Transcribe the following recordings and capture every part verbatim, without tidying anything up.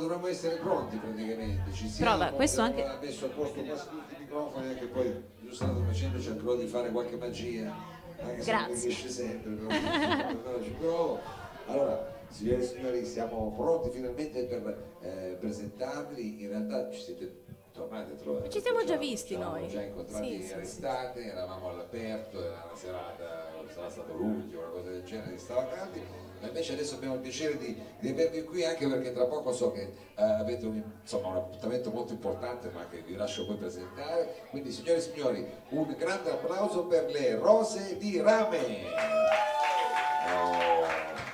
dovremmo essere pronti praticamente. Ci siamo, però beh, questo anche ha messo a posto quasi tutti i microfoni, anche poi giusto stato facendo, cercherò di fare qualche magia, anche se non mi riesce sempre, però, però ci provo. Allora, signore e signori, siamo pronti finalmente per eh, presentarvi. In realtà ci siete tornati a trovare. Ci siamo già, già visti ci noi. già incontrati Sì, sì, all'estate, sì. Eravamo all'aperto, era una serata, sarà stato luglio, una cosa del genere, stava caldo. Ma invece adesso abbiamo il piacere di, di avervi qui, anche perché tra poco so che eh, avete un, insomma, un appuntamento molto importante, ma che vi lascio poi presentare. Quindi, signore e signori, un grande applauso per le Rose di Rame. Oh.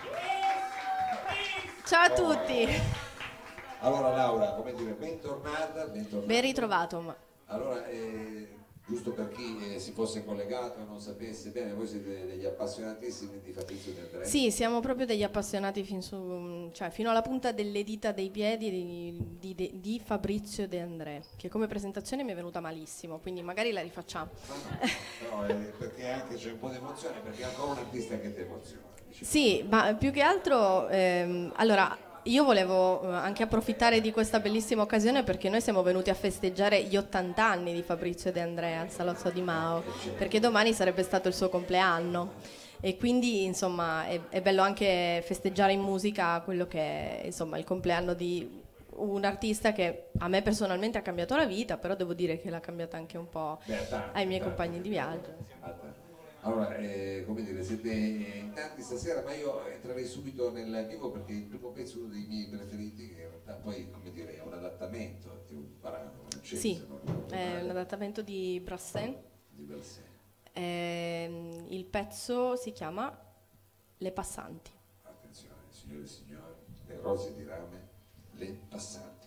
Ciao a tutti. Allora Laura, come dire, bentornata, bentornata. Ben ritrovato. Ma... Allora, eh, giusto per chi eh, si fosse collegato e non sapesse bene, voi siete degli appassionatissimi di Fabrizio De André? Sì, siamo proprio degli appassionati fin su, cioè, fino alla punta delle dita dei piedi di, di, di, di Fabrizio De André, che come presentazione mi è venuta malissimo, quindi magari la rifacciamo. No, no, no, eh, perché anche c'è un po' di emozione, perché è ancora un artista che ti emoziona. Diciamo. Sì, ma più che altro, ehm, allora... Io volevo anche approfittare di questa bellissima occasione perché noi siamo venuti a festeggiare gli ottanta anni di Fabrizio De André al Salotto di Mao, perché domani sarebbe stato il suo compleanno e quindi insomma è, è bello anche festeggiare in musica quello che è insomma il compleanno di un artista che a me personalmente ha cambiato la vita, però devo dire che l'ha cambiata anche un po' Beh, tanti, ai miei tanti, compagni di viaggio. Allora, eh, come dire, siete in tanti stasera, ma io entrerei subito nel vivo perché il primo pezzo è uno dei miei preferiti, che in realtà poi, come dire, è un adattamento, è un brano francese. Sì, è un adattamento di Brassens. Di Brassens. Eh, il pezzo si chiama Le Passanti. Attenzione, signore e signori, le Rose di Rame, Le Passanti.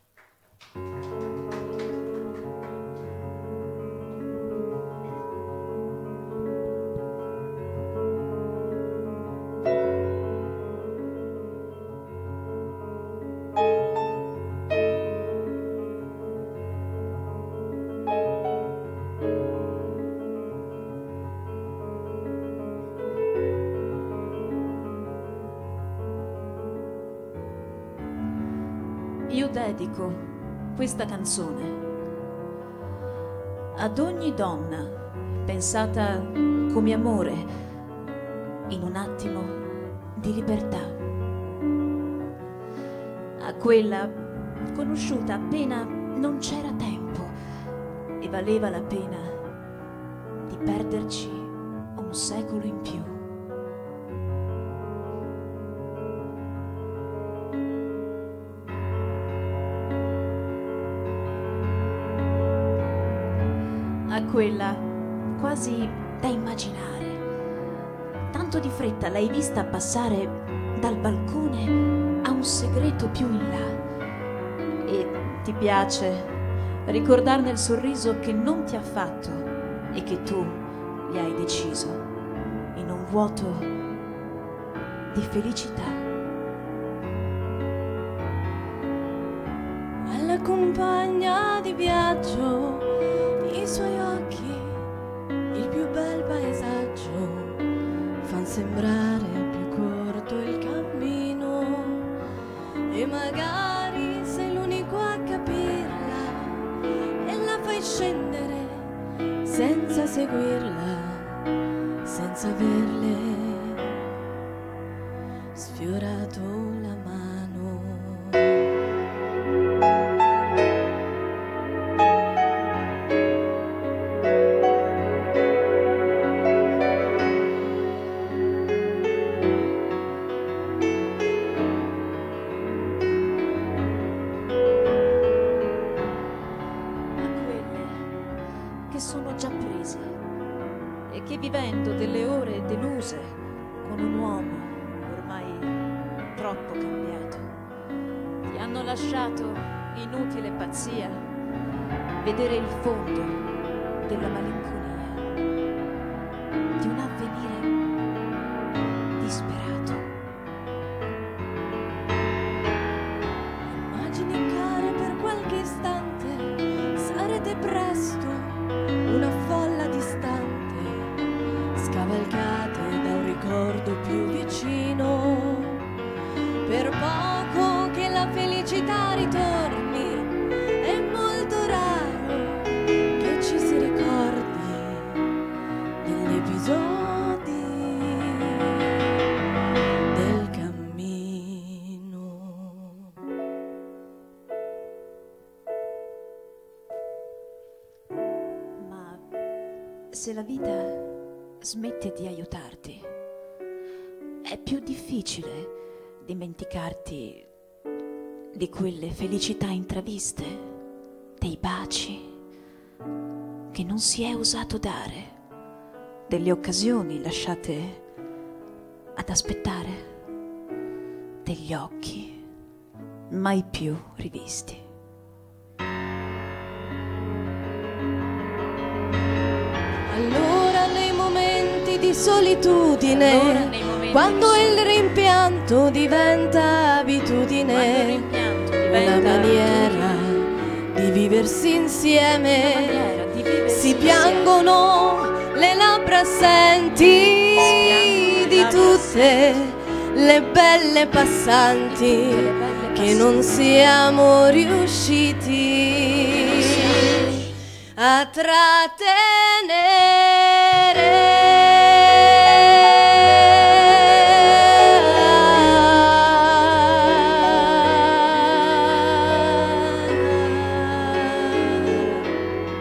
Io dedico questa canzone ad ogni donna pensata come amore in un attimo di libertà, a quella conosciuta appena non c'era tempo e valeva la pena di perderci un secolo in più. A quella quasi da immaginare, tanto di fretta l'hai vista passare dal balcone a un segreto più in là, e ti piace ricordarne il sorriso che non ti ha fatto e che tu gli hai deciso in un vuoto di felicità. Alla compagna di viaggio, i suoi occhi, il più bel paesaggio, fan sembrare più corto il cammino, e magari sei l'unico a capirla e la fai scendere senza seguirla, senza averle sfiorato la mano. Vivendo delle ore deluse con un uomo ormai troppo cambiato, ti hanno lasciato inutile pazzia vedere il fondo della malinconia di un avvenire disperato. Immagini care per qualche istante, sarete presto una folla distante, scavalcate da un ricordo più vicino, per poco che la felicità ritorni, è molto raro che ci si ricordi degli episodi del cammino. Ma se la vita smette di aiutarti, è più difficile dimenticarti di quelle felicità intraviste, dei baci che non si è osato dare, delle occasioni lasciate ad aspettare, degli occhi mai più rivisti. Allora nei momenti di solitudine, Allora, nei momenti quando di il rimpianto diventa abitudine, una maniera di viversi insieme, si piangono le labbra assenti di tutte le belle passanti che non siamo riusciti a trattenere.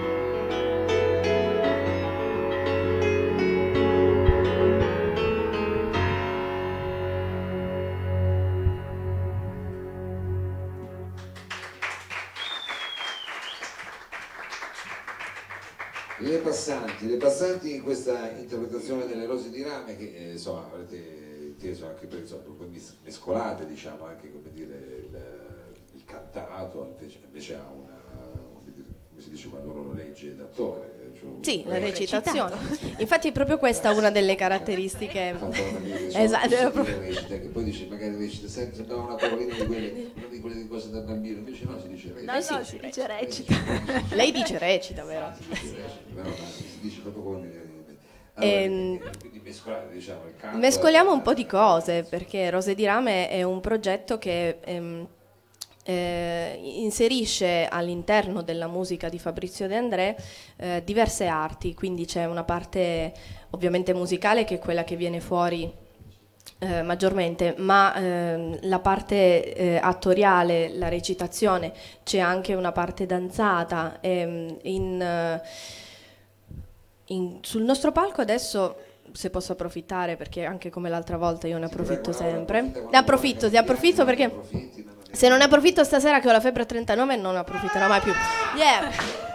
Le passanti, le passanti in questa interpretazione delle Rose di Rame che eh, insomma avrete inteso anche per insomma, dunque mes- mescolate diciamo anche come dire il, il cantato invece, invece ha una come, dire, come si dice quando uno lo legge d'attore cioè, Sì, la eh, recitazione. Infatti è proprio questa una delle caratteristiche. fatto una dire, Esatto, cioè, era proprio- recita, che poi dice magari recita sempre sembrava una parolina di quelle, una di quelle di cose da bambino invece no si dice recita. No, no, si dice recita. Lei dice recita, vero? Si dice recita, però, ma si dice proprio come allora, Ehm, quindi mescolare diciamo il canto Mescoliamo un e- po' di cose perché Rose di Rame è un progetto che ehm, eh, inserisce all'interno della musica di Fabrizio De André eh, diverse arti, quindi c'è una parte ovviamente musicale che è quella che viene fuori eh, maggiormente, ma ehm, la parte eh, attoriale, la recitazione, c'è anche una parte danzata. ehm, in, eh, in- sul nostro palco adesso, se posso approfittare, perché anche come l'altra volta io ne approfitto sempre, ne approfitto, ne approfitto perché se non ne approfitto stasera che ho la febbre a trentanove non ne approfitterò mai più. Yeah.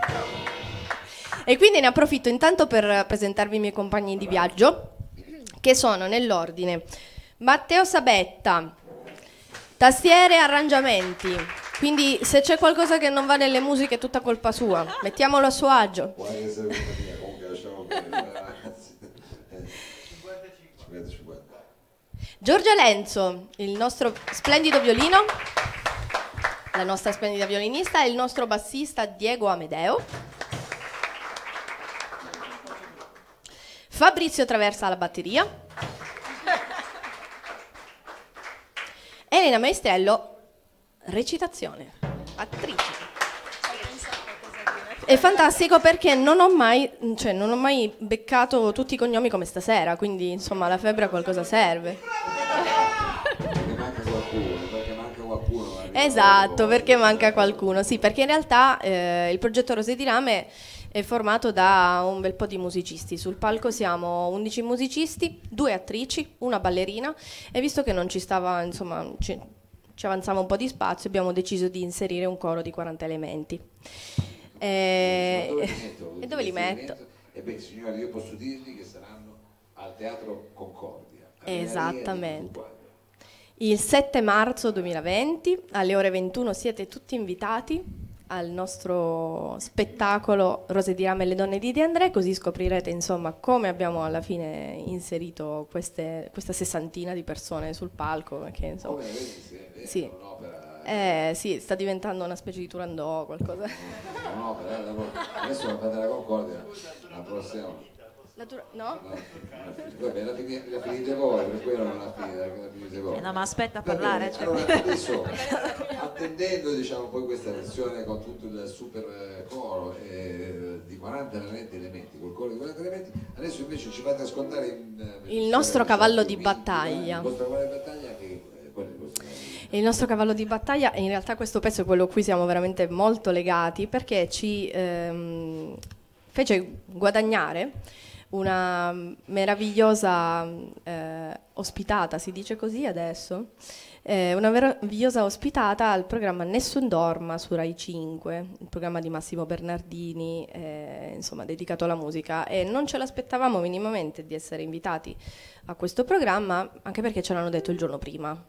E quindi ne approfitto intanto per presentarvi i miei compagni di viaggio, che sono nell'ordine Matteo Sabetta, tastiere e arrangiamenti. Quindi se c'è qualcosa che non va nelle musiche è tutta colpa sua, mettiamolo a suo agio. può essere una mia comunque lasciamo perdere ragazzi cinquanta cinquanta Giorgia Lenzo, il nostro splendido violino, la nostra splendida violinista, e il nostro bassista Diego Amedeo. Fabrizio Traversa alla batteria. Elena Maestrello, recitazione, attrice. È fantastico perché non ho mai, cioè, non ho mai beccato tutti i cognomi come stasera, quindi insomma la febbre a qualcosa serve. perché manca qualcuno perché manca qualcuno Esatto, perché manca qualcuno. Sì, perché in realtà eh, il progetto Rose di Rame è formato da un bel po' di musicisti. Sul palco siamo undici musicisti, due attrici, una ballerina, e visto che non ci stava, insomma, ci, ci avanzava un po' di spazio, abbiamo deciso di inserire un coro di quaranta elementi. Eh, e dove li metto? E beh signori io posso dirvi che saranno al Teatro Concordia a Menaria di Esattamente. Turquoise. Il sette marzo duemilaventi alle ore ventuno siete tutti invitati al nostro spettacolo Rose di Rame e le donne di De André, così scoprirete insomma come abbiamo alla fine inserito queste, questa sessantina di persone sul palco, perché insomma Come vedi, sì, è vero, sì. è un'opera Eh, sì, sta diventando una specie di Turandot, qualcosa. è un'opera eh, lavoro. Adesso la fate la Concordia la prossima La Tur- no? no, vabbè, la, finite, la finite voi per quello non la finite la finite voi Eh no, ma aspetta a Va parlare. bene, Cioè. allora adesso attendendo diciamo poi questa versione con tutto il super eh, coro eh, di quaranta elementi, col coro di quaranta elementi, adesso invece ci fate ascoltare in, eh, il nostro cavallo di vinti, battaglia. Il vostro cavallo di battaglia che eh, qual è il vostro cavallo? Il nostro cavallo di battaglia, in realtà questo pezzo è quello a cui siamo veramente molto legati perché ci ehm, fece guadagnare una meravigliosa eh, ospitata, si dice così adesso, eh, una meravigliosa ospitata al programma Nessun Dorma su Rai cinque, il programma di Massimo Bernardini, eh, insomma dedicato alla musica, e non ce l'aspettavamo minimamente di essere invitati a questo programma, anche perché ce l'hanno detto il giorno prima.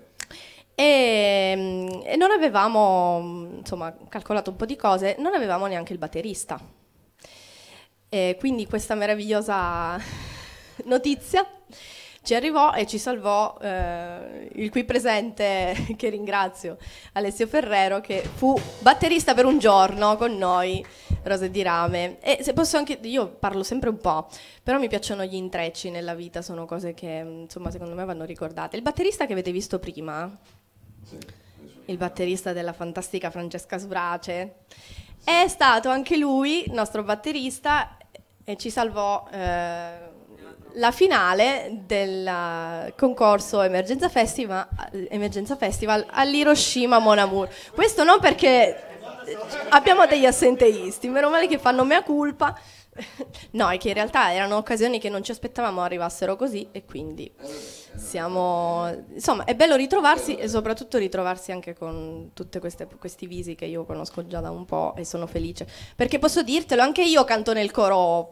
E, e non avevamo, insomma, calcolato un po' di cose, non avevamo neanche il batterista. E quindi questa meravigliosa notizia ci arrivò e ci salvò eh, il qui presente, che ringrazio, Alessio Ferrero, che fu batterista per un giorno con noi, Rose di Rame. E se posso anche, io parlo sempre un po', però mi piacciono gli intrecci nella vita, sono cose che insomma secondo me vanno ricordate. Il batterista che avete visto prima, sì, il batterista della fantastica Francesca Sbrace, è stato anche lui nostro batterista e ci salvò eh, la finale del concorso Emergenza Festival, Emergenza Festival all'Hiroshima Mon Amour. Questo non perché abbiamo degli assenteisti, meno male che fanno mea culpa. No, è che in realtà erano occasioni che non ci aspettavamo arrivassero così e quindi siamo, insomma, è bello ritrovarsi e soprattutto ritrovarsi anche con tutti questi visi che io conosco già da un po' e sono felice perché posso dirtelo, anche io canto nel coro.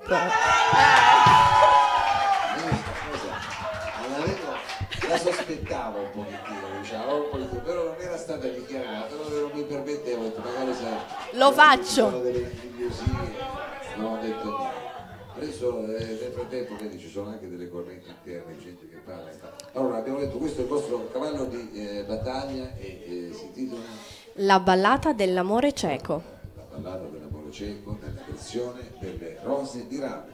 La sospettavo un pochettino, diciamo, però non era stata dichiarata, allora non mi permettevo, magari se lo faccio. Delle invidiosie, non ho detto niente. Adesso eh, nel frattempo vedi, ci sono anche delle correnti interne, gente che parla. Allora abbiamo detto questo è il vostro cavallo di eh, battaglia e eh, si intitola La ballata dell'amore cieco. La ballata dell'amore cieco nella versione delle Rose di Rame.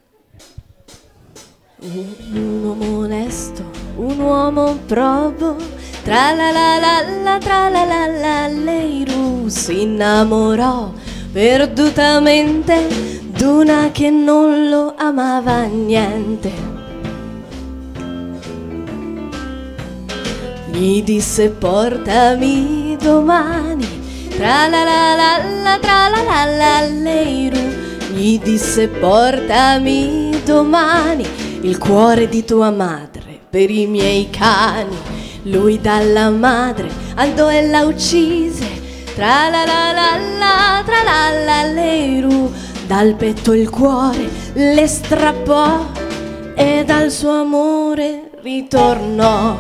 Un uomo onesto, un uomo probo, tra la la la la, tra la la la, Leiru si innamorò perdutamente d'una che non lo amava niente. Gli disse portami domani, tra la la la la, tra la la la, Leiru gli disse portami domani il cuore di tua madre per i miei cani. Lui dalla madre andò e la uccise, tra la la la la, tra la la, Leiru dal petto il cuore le strappò e dal suo amore ritornò.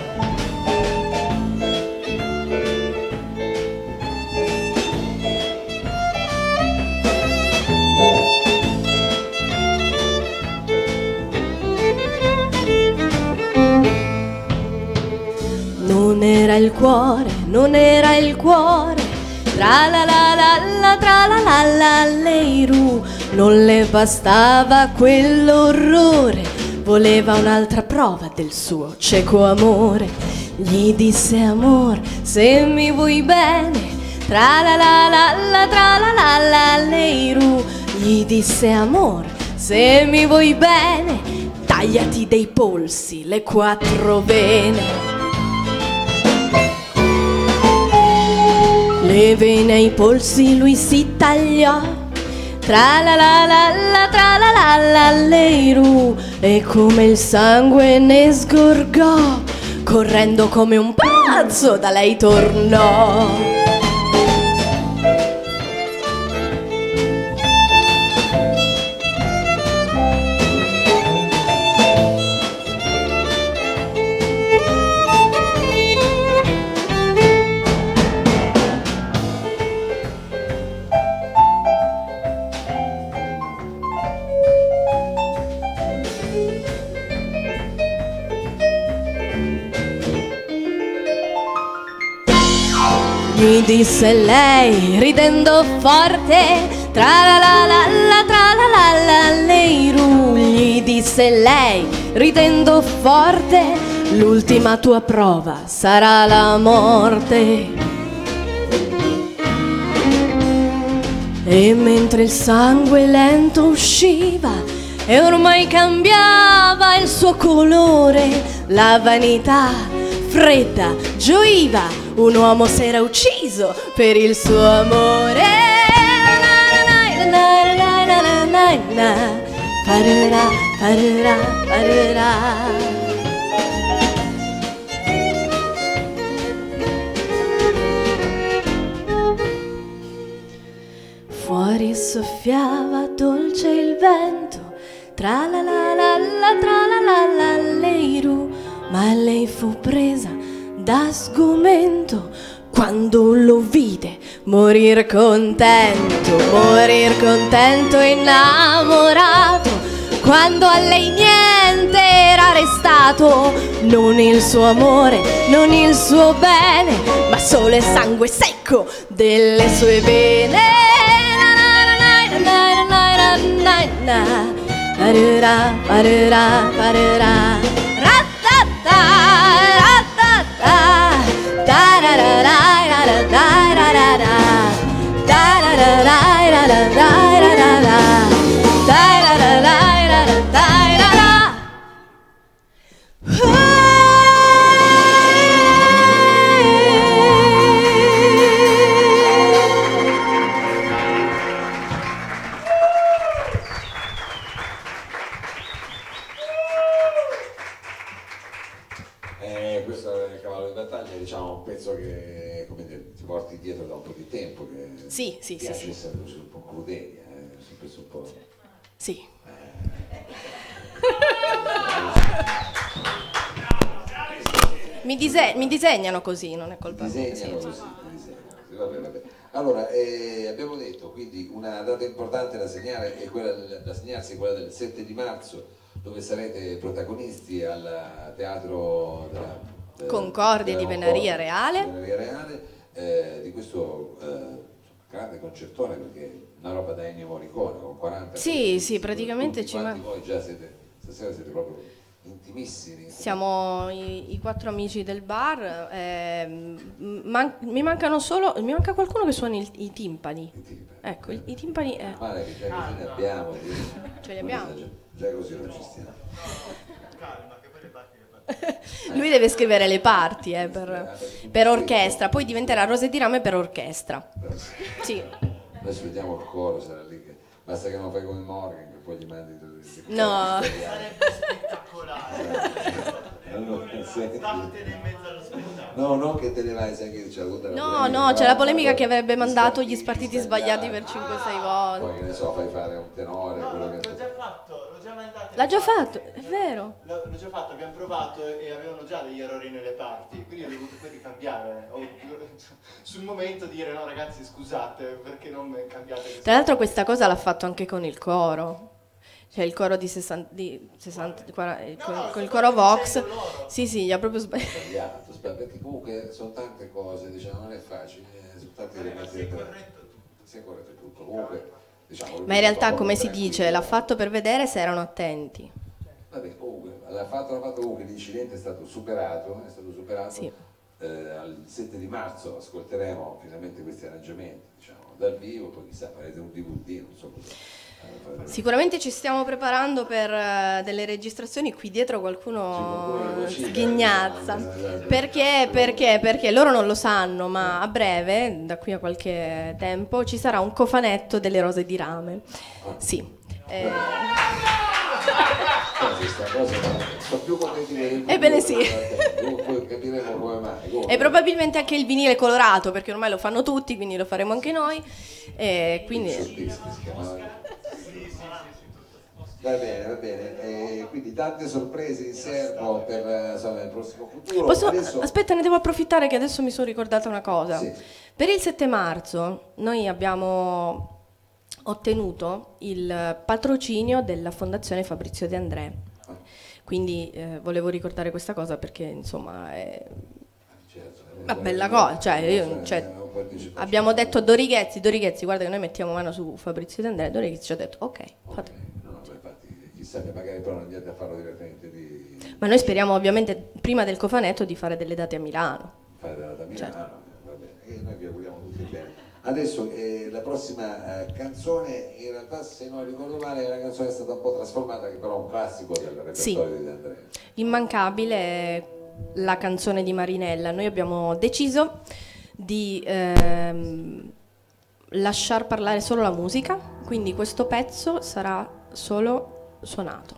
Non era il cuore, non era il cuore, tra la la la la, tra la la la, Leiru non le bastava quell'orrore, voleva un'altra prova del suo cieco amore. Gli disse amor, se mi vuoi bene, tra la la la la, tra la la la, Leiru gli disse amor, se mi vuoi bene, tagliati dei polsi le quattro vene. Le vene ai polsi lui si tagliò, tra la la la la, tra la la la, Leiru e come il sangue ne sgorgò, correndo come un pazzo da lei tornò. Gli disse lei ridendo forte, tra la la la la, tra la la la, Leiru gli disse lei ridendo forte, l'ultima tua prova sarà la morte. E mentre il sangue lento usciva e ormai cambiava il suo colore, la vanità fredda gioiva, un uomo s'era ucciso per il suo amore. Parerà, parerà, parerà. Fuori soffiava dolce il vento, tra la la la la, tra la la la leiru, ma lei fu presa da sgomento quando lo vide morir contento, morir contento e innamorato, quando a lei niente era restato, non il suo amore, non il suo bene, ma solo il sangue secco delle sue vene. Parerà, parerà, parerà. Ratata, ratata, tararara, tararara, tararara, tararara, tararara, tararara. Eh, questo è il cavallo di battaglia, diciamo, un pezzo che, come dire, ti porti dietro da un po' di tempo, che Sì, sì, piace sì, sì. essere così un po' crudele, eh, un pezzo un po'... Sì. Mi, dise- mi disegnano così, non è colpa mia. Disegnano Sì. così, disegnano così. Vabbè, vabbè. Allora, eh, abbiamo detto, quindi una data importante da segnare è quella del- da segnarsi è quella del sette di marzo, dove sarete protagonisti al teatro della, della- Concordia della di Venaria Concordia Reale. di Venaria Reale, eh, di questo eh, grande concertone, perché è una roba da Ennio Morricone con quaranta Sì, tutti- sì, praticamente tutti ci quanti ma- voi già siete, stasera siete proprio intimissimi. Siamo i, i quattro amici del bar. ehm, man- mi mancano solo. Mi manca qualcuno che suoni il- i timpani. I timpani. Ecco, i, i timpani. eh, Male che già così ne abbiamo. Ce li abbiamo. Già, già così non ci stiamo. Lui deve scrivere le parti eh, per, per orchestra. Poi diventerà Rose di Rame per orchestra. Sì. Adesso vediamo il coro, sarà lì che basta che non fai come Morgan, che poi gli mandi tutti questi No. cori italiani. Sarebbe spettacolare. Non- senti. Startene in mezzo allo spettacolo. No, non che te ne vai, sai che c'è avuta la No, polemica, no, c'è la polemica ma- che avrebbe mandato gli spartiti spartiti sbagliati per cinque sei volte. Poi che ne so, fai fare un tenore, No, quello l'ho che... già fatto, l'ho già mandato. L'ha già fatto, è vero. L'ho, l'ho già fatto, abbiamo provato e avevano già degli errori nelle parti, quindi ho dovuto poi ricambiare. Ho, sul momento dire no ragazzi scusate perché non cambiate questa Tra l'altro questa cosa l'ha fatto anche con il coro. Cioè il coro di sessanta, di sessanta di quaranta, eh, con, no, con il sto coro Vox. dicendo loro. Sì, sì, gli ha proprio sbagliato. sbagliato, sbagliato, perché comunque sono tante cose, diciamo, non è facile, eh, sono tanti elementi da corretto tutto. Si è corretto tutto, comunque, diciamo... Ma in realtà, come si tranquillo. dice, l'ha fatto per vedere se erano attenti. Vabbè, comunque, l'ha fatto, l'ha fatto comunque, l'incidente è stato superato, è stato superato. Sì. Eh, al sette di marzo ascolteremo finalmente questi arrangiamenti, diciamo, dal vivo, poi chissà, farete un D V D, non so cosa. eh, farete- Sicuramente ci stiamo preparando per eh, delle registrazioni. Qui dietro Sì, qualcuno qualcuno vocina, sghignazza. eh, Perché? Perché? Perché loro non lo sanno, ma a breve, da qui a qualche tempo, ci sarà un cofanetto delle Rose di Rame. Sì. Eh, Poi questa cosa, sono più contenti del Ebbene sì. Poi capiremo come mai. Comunque, E probabilmente anche il vinile colorato, perché ormai lo fanno tutti, quindi lo faremo anche noi. E quindi Shortist si chiamava. Va bene, va bene. E quindi tante sorprese in serbo per eh, insomma, il prossimo futuro. Posso- Adesso... Aspetta, ne devo approfittare che adesso mi sono ricordata una cosa. Sì. Per il sette marzo noi abbiamo ottenuto il patrocinio della Fondazione Fabrizio De André. Quindi eh, volevo ricordare questa cosa perché insomma è Certo, una bella cosa. Cioè, io, cioè, abbiamo detto a Dorighezzi, Dorighezzi, guarda che noi mettiamo mano su Fabrizio De André. Dorighezzi ci ha detto ok, fate. No, no, ma infatti, chissà che magari poi non andiate a farlo direttamente di Ma noi speriamo ovviamente prima del cofanetto di fare delle date a Milano. fare della da Milano, va bene. E noi vi auguriamo tutti bene. Adesso eh, la prossima eh, canzone, in realtà se non ricordo male, è una canzone che è stata un po' trasformata, che però è un classico del repertorio Sì. di De André. Immancabile è la canzone di Marinella. Noi abbiamo deciso di ehm, lasciar parlare solo la musica, quindi questo pezzo sarà solo suonato.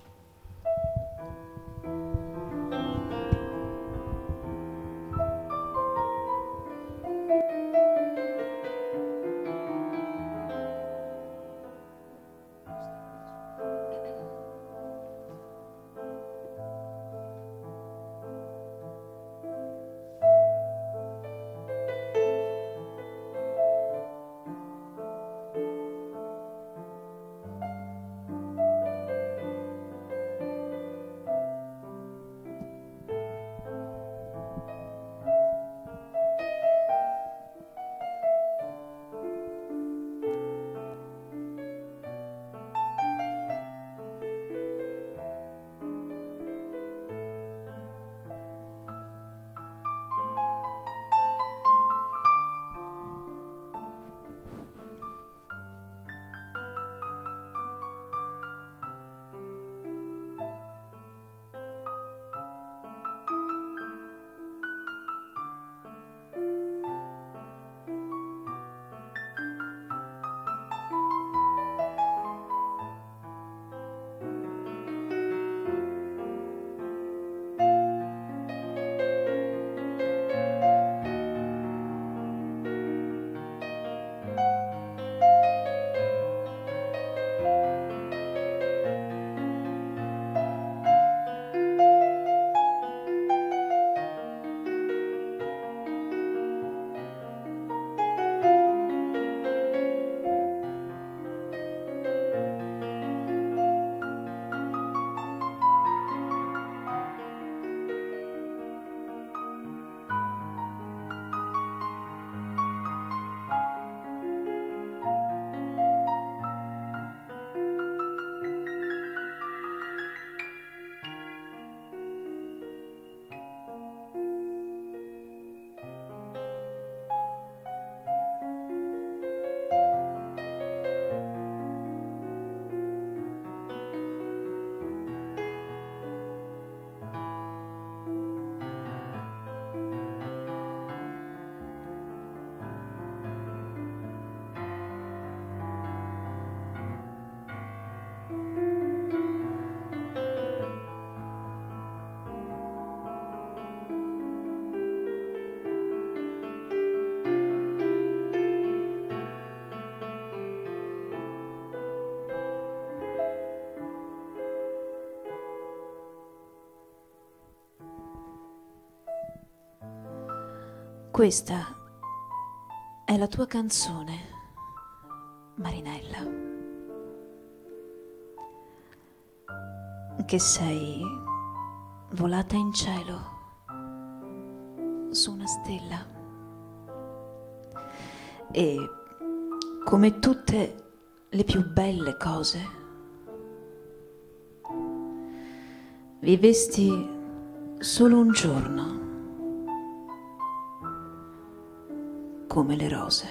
Questa è la tua canzone, Marinella, che sei volata in cielo su una stella e, come tutte le più belle cose, vivesti solo un giorno come le rose.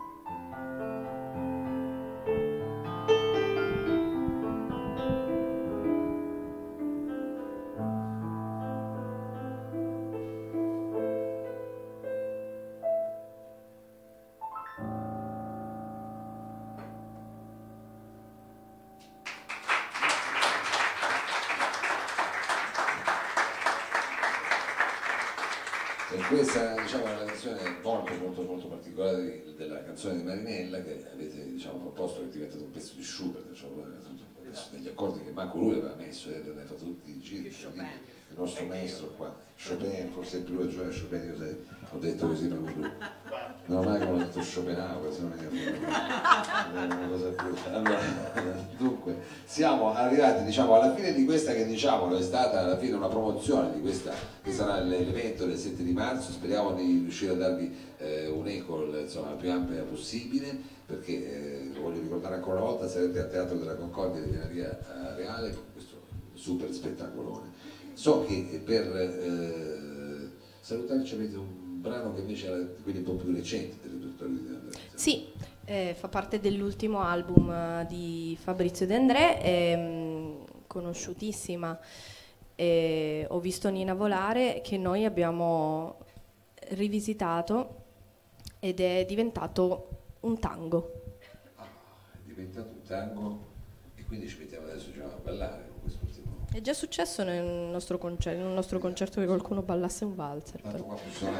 E questa, diciamo, è una canzone molto molto molto particolare di- della canzone di Marinella, che avete, diciamo, proposto, che è diventato un pezzo di Schubert, cioè, degli accordi che manco lui aveva messo, eh, aveva fatto tutti i giri, il nostro maestro qua, Chopin, forse il più ragione Chopin, io sai, ho detto così per lui. Non mai come ho detto Schopenhauer, se non è una cosa più. Allora, dunque, siamo arrivati, diciamo, alla fine di questa che, diciamo, è stata alla fine una promozione di questa che sarà l'evento del sette di marzo. Speriamo di riuscire a darvi eh, un'eco, insomma, la più ampia possibile, perché eh, lo voglio ricordare ancora una volta, sarete al Teatro della Concordia di Viareggio Reale con questo super spettacolone. So che per eh, salutarci avete un brano che invece era quelli un po' più recenti del repertorio di Andrea. Sì, eh, fa parte dell'ultimo album eh, di Fabrizio De André, è mh, conosciutissima. E ho visto Nina volare, che noi abbiamo rivisitato ed è diventato un tango. Ah, è diventato un tango e quindi ci mettiamo adesso già a ballare con quest'ultimo. È già successo nel nostro, concer- nel nostro concerto che qualcuno ballasse un valzer. Tanto però. qua funziona.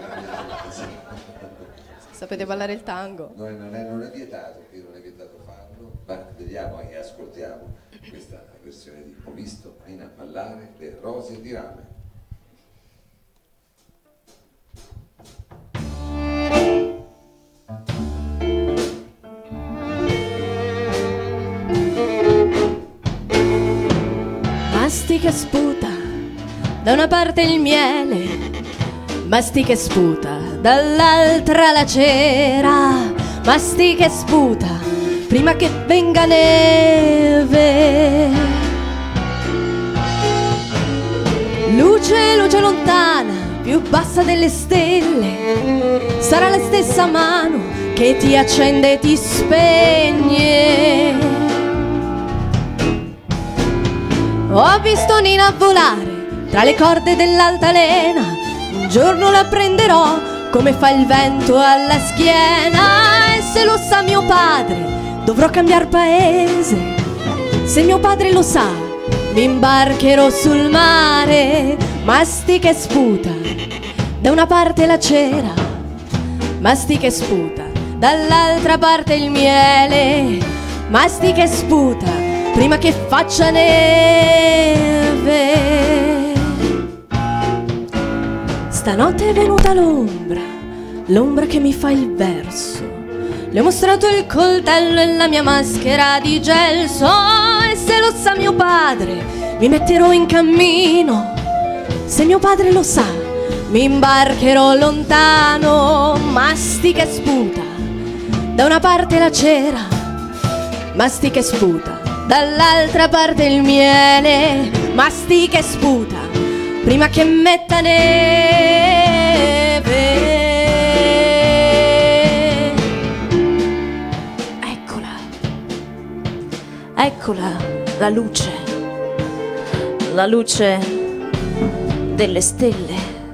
Sapete ballare il tango? Non è, non, è, non è vietato, qui non è vietato farlo, ma vediamo e ascoltiamo questa versione di Ho visto Nina ballare le rose di rame. Mastica sputa da una parte il miele, mastica e sputa dall'altra la cera, mastica e sputa prima che venga neve. Luce, luce lontana, più bassa delle stelle, sarà la stessa mano che ti accende e ti spegne. Ho visto Nina volare tra le corde dell'altalena, un giorno la prenderò come fa il vento alla schiena. E se lo sa mio padre dovrò cambiar paese, se mio padre lo sa mi imbarcherò sul mare. Mastica e sputa da una parte la cera, mastica e sputa dall'altra parte il miele, mastica e sputa prima che faccia neve. Stanotte è venuta l'ombra, l'ombra che mi fa il verso. Le ho mostrato il coltello e la mia maschera di gelso. E se lo sa mio padre mi metterò in cammino, se mio padre lo sa mi imbarcherò lontano. Mastica e sputa da una parte la cera, mastica e sputa dall'altra parte il miele, mastica e sputa prima che metta neve. Eccola, eccola la luce, la luce delle stelle.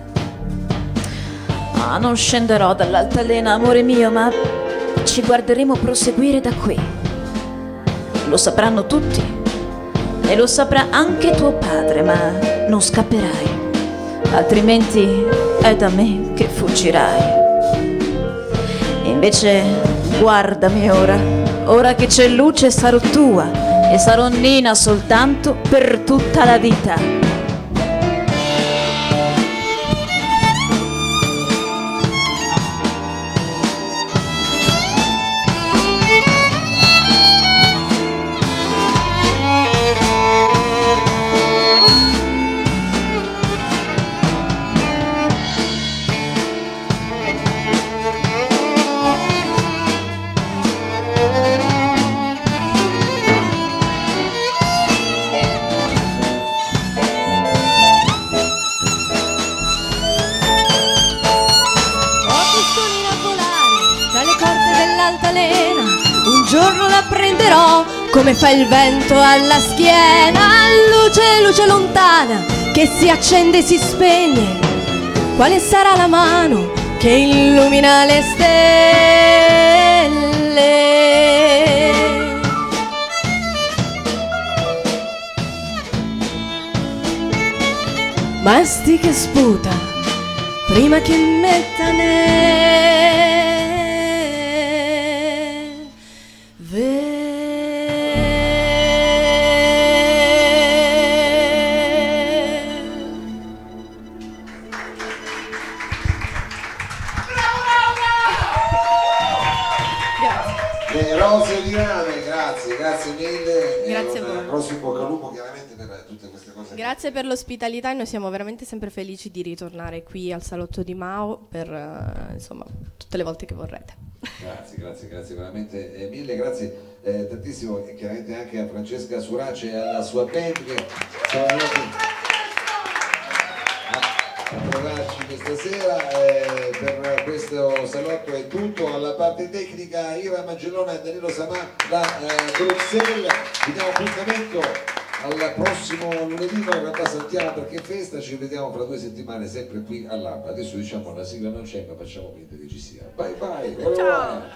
Ah, non scenderò dall'altalena, amore mio, ma ci guarderemo proseguire da qui. Lo sapranno tutti e lo saprà anche tuo padre, ma non scapperai, altrimenti è da me che fuggirai. E invece guardami ora, ora che c'è luce sarò tua e sarò Nina soltanto per tutta la vita. Un giorno la prenderò come fa il vento alla schiena. Luce, luce lontana che si accende e si spegne. Quale sarà la mano che illumina le stelle? Mastica e sputa prima che metta neve. Le rose di rame, grazie, grazie mille. Grazie e a voi. un grosso in bocca al lupo chiaramente per tutte queste cose. Grazie per l'ospitalità e noi siamo veramente sempre felici di ritornare qui al Salotto di Mao per eh, insomma tutte le volte che vorrete. Grazie, grazie, grazie veramente eh, mille, grazie eh, tantissimo e chiaramente anche a Francesca Surace e alla sua band che sono venuti a a trovarci questa sera. Eh, per questo salotto è tutto. Alla parte tecnica Ira Magellona e Danilo Samà da eh, Bruxelles. Vi diamo appuntamento al prossimo lunedì. Noi in realtà saltiamo perché è festa, ci vediamo fra due settimane sempre qui all'Alba. Adesso diciamo la sigla non c'è, ma facciamo finta che ci sia. Bye bye. Ciao.